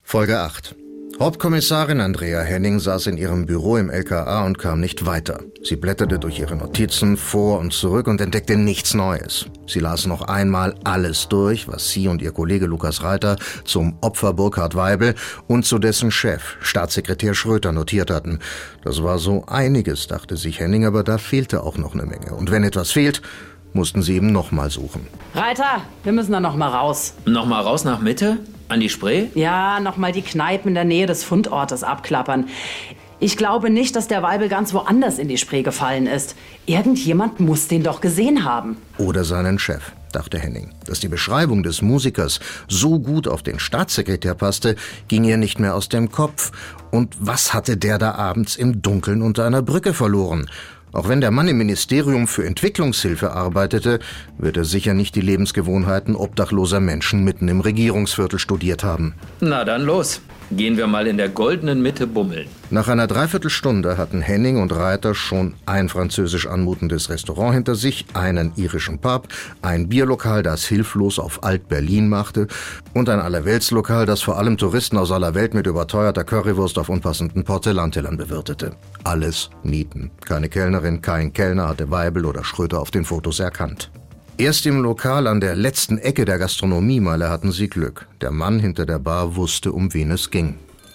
Folge 8. Hauptkommissarin Andrea Henning saß in ihrem Büro im LKA und kam nicht weiter. Sie blätterte durch ihre Notizen vor und zurück und entdeckte nichts Neues. Sie las noch einmal alles durch, was sie und ihr Kollege Lukas Reiter zum Opfer Burkhard Weibel und zu dessen Chef, Staatssekretär Schröter, notiert hatten. Das war so einiges, dachte sich Henning, aber da fehlte auch noch eine Menge. Und wenn etwas fehlt, mussten sie eben nochmal suchen. Reiter, wir müssen da nochmal raus. Nochmal raus nach Mitte? An die Spree? Ja, nochmal die Kneipen in der Nähe des Fundortes abklappern. Ich glaube nicht, dass der Weibel ganz woanders in die Spree gefallen ist. Irgendjemand muss den doch gesehen haben. Oder seinen Chef, dachte Henning. Dass die Beschreibung des Musikers so gut auf den Staatssekretär passte, ging ihr nicht mehr aus dem Kopf. Und was hatte der da abends im Dunkeln unter einer Brücke verloren? Auch wenn der Mann im Ministerium für Entwicklungshilfe arbeitete, wird er sicher nicht die Lebensgewohnheiten obdachloser Menschen mitten im Regierungsviertel studiert haben. Na dann los. Gehen wir mal in der goldenen Mitte bummeln. Nach einer Dreiviertelstunde hatten Henning und Reiter schon ein französisch anmutendes Restaurant hinter sich, einen irischen Pub, ein Bierlokal, das hilflos auf Alt-Berlin machte, und ein Allerweltslokal, das vor allem Touristen aus aller Welt mit überteuerter Currywurst auf unpassenden Porzellantellern bewirtete. Alles Nieten. Keine Kellnerin, kein Kellner hatte Weibel oder Schröter auf den Fotos erkannt. Erst im Lokal an der letzten Ecke der Gastronomiemeile hatten sie Glück. Der Mann hinter der Bar wusste, um wen es ging.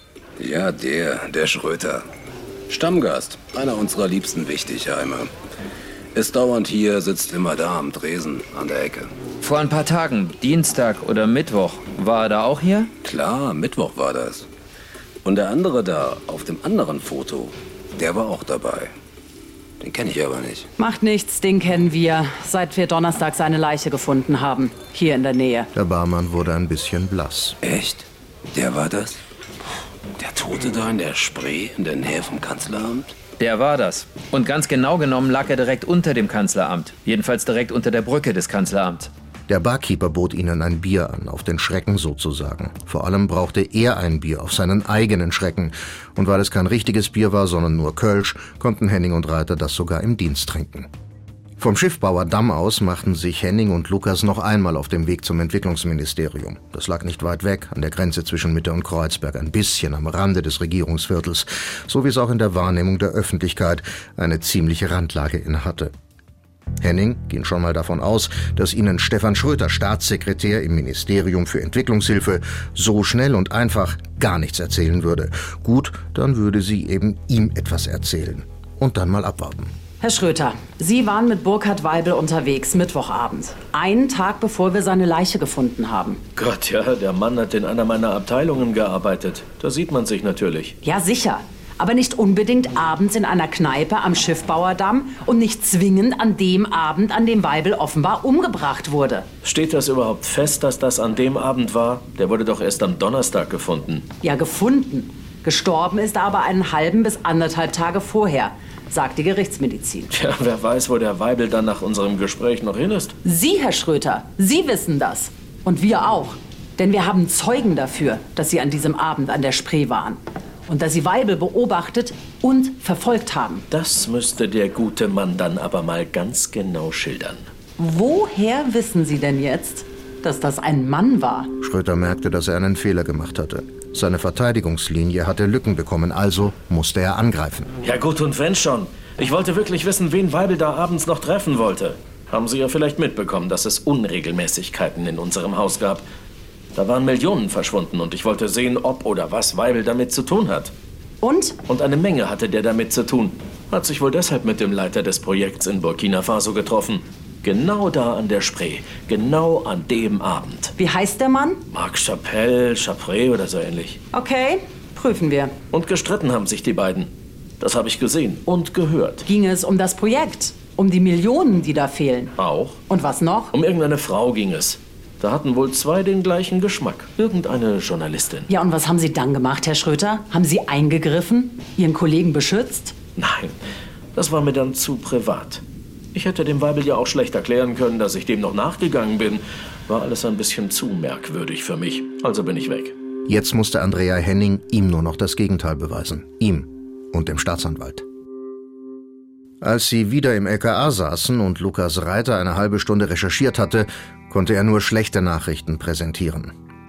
Ja, der Schröter. Stammgast, einer unserer liebsten Wichtigheimer. Ist dauernd hier, sitzt immer da am Tresen an der Ecke. Vor ein paar Tagen, Dienstag oder Mittwoch, war er da auch hier? Klar, Mittwoch war das. Und der andere da, auf dem anderen Foto, der war auch dabei. Den kenne ich aber nicht. Macht nichts, den kennen wir, seit wir Donnerstag seine Leiche gefunden haben. Hier in der Nähe. Der Barmann wurde ein bisschen blass. Echt? Der war das? Der Tote da in der Spree, in der Nähe vom Kanzleramt? Der war das. Und ganz genau genommen lag er direkt unter dem Kanzleramt. Jedenfalls direkt unter der Brücke des Kanzleramts. Der Barkeeper bot ihnen ein Bier an, auf den Schrecken sozusagen. Vor allem brauchte er ein Bier, auf seinen eigenen Schrecken. Und weil es kein richtiges Bier war, sondern nur Kölsch, konnten Henning und Reiter das sogar im Dienst trinken. Vom Schiffbauerdamm aus machten sich Henning und Lukas noch einmal auf dem Weg zum Entwicklungsministerium. Das lag nicht weit weg, an der Grenze zwischen Mitte und Kreuzberg, ein bisschen am Rande des Regierungsviertels, so wie es auch in der Wahrnehmung der Öffentlichkeit eine ziemliche Randlage innehatte. Henning ging schon mal davon aus, dass ihnen Stefan Schröter, Staatssekretär im Ministerium für Entwicklungshilfe, so schnell und einfach gar nichts erzählen würde. Gut, dann würde sie eben ihm etwas erzählen. Und dann mal abwarten. Herr Schröter, Sie waren mit Burkhard Weibel unterwegs, Mittwochabend. Einen Tag, bevor wir seine Leiche gefunden haben. Gott, ja, der Mann hat in einer meiner Abteilungen gearbeitet. Da sieht man sich natürlich. Ja, sicher. Aber nicht unbedingt abends in einer Kneipe am Schiffbauerdamm und nicht zwingend an dem Abend, an dem Weibel offenbar umgebracht wurde. Steht das überhaupt fest, dass das an dem Abend war? Der wurde doch erst am Donnerstag gefunden. Ja, gefunden. Gestorben ist er aber einen halben bis 1,5 Tage vorher, sagt die Gerichtsmedizin. Tja, wer weiß, wo der Weibel dann nach unserem Gespräch noch hin ist. Sie, Herr Schröter, Sie wissen das. Und wir auch. Denn wir haben Zeugen dafür, dass Sie an diesem Abend an der Spree waren. Und dass Sie Weibel beobachtet und verfolgt haben. Das müsste der gute Mann dann aber mal ganz genau schildern. Woher wissen Sie denn jetzt, dass das ein Mann war? Schröter merkte, dass er einen Fehler gemacht hatte. Seine Verteidigungslinie hatte Lücken bekommen, also musste er angreifen. Ja gut, und wenn schon. Ich wollte wirklich wissen, wen Weibel da abends noch treffen wollte. Haben Sie ja vielleicht mitbekommen, dass es Unregelmäßigkeiten in unserem Haus gab. Da waren Millionen verschwunden und ich wollte sehen, ob oder was Weibel damit zu tun hat. Und? Und eine Menge hatte der damit zu tun. Hat sich wohl deshalb mit dem Leiter des Projekts in Burkina Faso getroffen. Genau da an der Spree. Genau an dem Abend. Wie heißt der Mann? Marc Chapré oder so ähnlich. Okay, prüfen wir. Und gestritten haben sich die beiden. Das habe ich gesehen und gehört. Ging es um das Projekt? Um die Millionen, die da fehlen? Auch. Und was noch? Um irgendeine Frau ging es. Da hatten wohl zwei den gleichen Geschmack. Irgendeine Journalistin. Ja, und was haben Sie dann gemacht, Herr Schröter? Haben Sie eingegriffen? Ihren Kollegen beschützt? Nein, das war mir dann zu privat. Ich hätte dem Weibel ja auch schlecht erklären können, dass ich dem noch nachgegangen bin. War alles ein bisschen zu merkwürdig für mich. Also bin ich weg. Jetzt musste Andrea Henning ihm nur noch das Gegenteil beweisen. Ihm und dem Staatsanwalt. Als sie wieder im LKA saßen und Lukas Reiter eine halbe Stunde recherchiert hatte, konnte er nur schlechte Nachrichten präsentieren.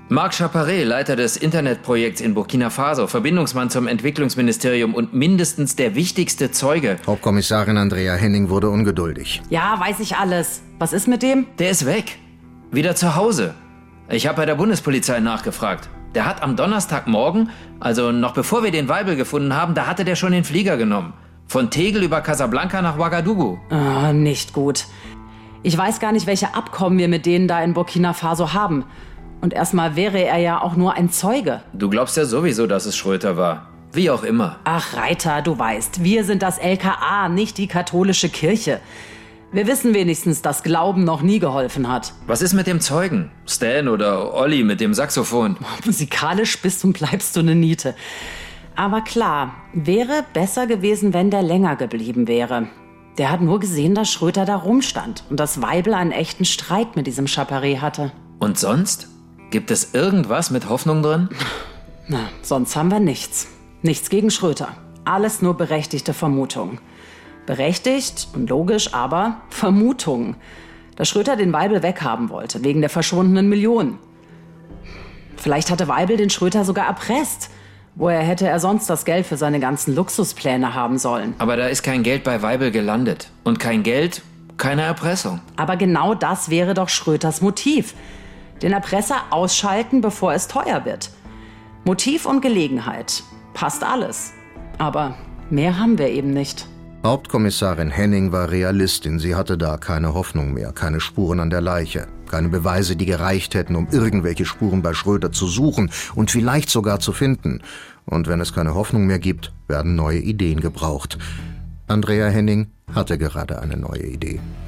Marc Chaparret, Leiter des Internetprojekts in Burkina Faso, Verbindungsmann zum Entwicklungsministerium und mindestens der wichtigste Zeuge. Hauptkommissarin Andrea Henning wurde ungeduldig. Ja, weiß ich alles. Was ist mit dem? Der ist weg. Wieder zu Hause. Ich habe bei der Bundespolizei nachgefragt. Der hat am Donnerstagmorgen, also noch bevor wir den Weibel gefunden haben, da hatte der schon den Flieger genommen. Von Tegel über Casablanca nach Ouagadougou. Oh, nicht gut. Ich weiß gar nicht, welche Abkommen wir mit denen da in Burkina Faso haben. Und erstmal wäre er ja auch nur ein Zeuge. Du glaubst ja sowieso, dass es Schröter war. Wie auch immer. Ach, Reiter, du weißt, wir sind das LKA, nicht die katholische Kirche. Wir wissen wenigstens, dass Glauben noch nie geholfen hat. Was ist mit dem Zeugen? Stan oder Olli mit dem Saxophon? Musikalisch bist und bleibst du eine Niete. Aber klar, wäre besser gewesen, wenn der länger geblieben wäre. Der hat nur gesehen, dass Schröter da rumstand und dass Weibel einen echten Streit mit diesem Chaparret hatte. Und sonst? Gibt es irgendwas mit Hoffnung drin? Na, sonst haben wir nichts. Nichts gegen Schröter. Alles nur berechtigte Vermutungen. Berechtigt und logisch, aber Vermutungen. Dass Schröter den Weibel weghaben wollte, wegen der verschwundenen Millionen. Vielleicht hatte Weibel den Schröter sogar erpresst. Woher hätte er sonst das Geld für seine ganzen Luxuspläne haben sollen? Aber da ist kein Geld bei Weibel gelandet. Und kein Geld, keine Erpressung. Aber genau das wäre doch Schröters Motiv. Den Erpresser ausschalten, bevor es teuer wird. Motiv und Gelegenheit. Passt alles. Aber mehr haben wir eben nicht. Hauptkommissarin Henning war Realistin. Sie hatte da keine Hoffnung mehr, keine Spuren an der Leiche, keine Beweise, die gereicht hätten, um irgendwelche Spuren bei Schröter zu suchen und vielleicht sogar zu finden. Und wenn es keine Hoffnung mehr gibt, werden neue Ideen gebraucht. Andrea Henning hatte gerade eine neue Idee.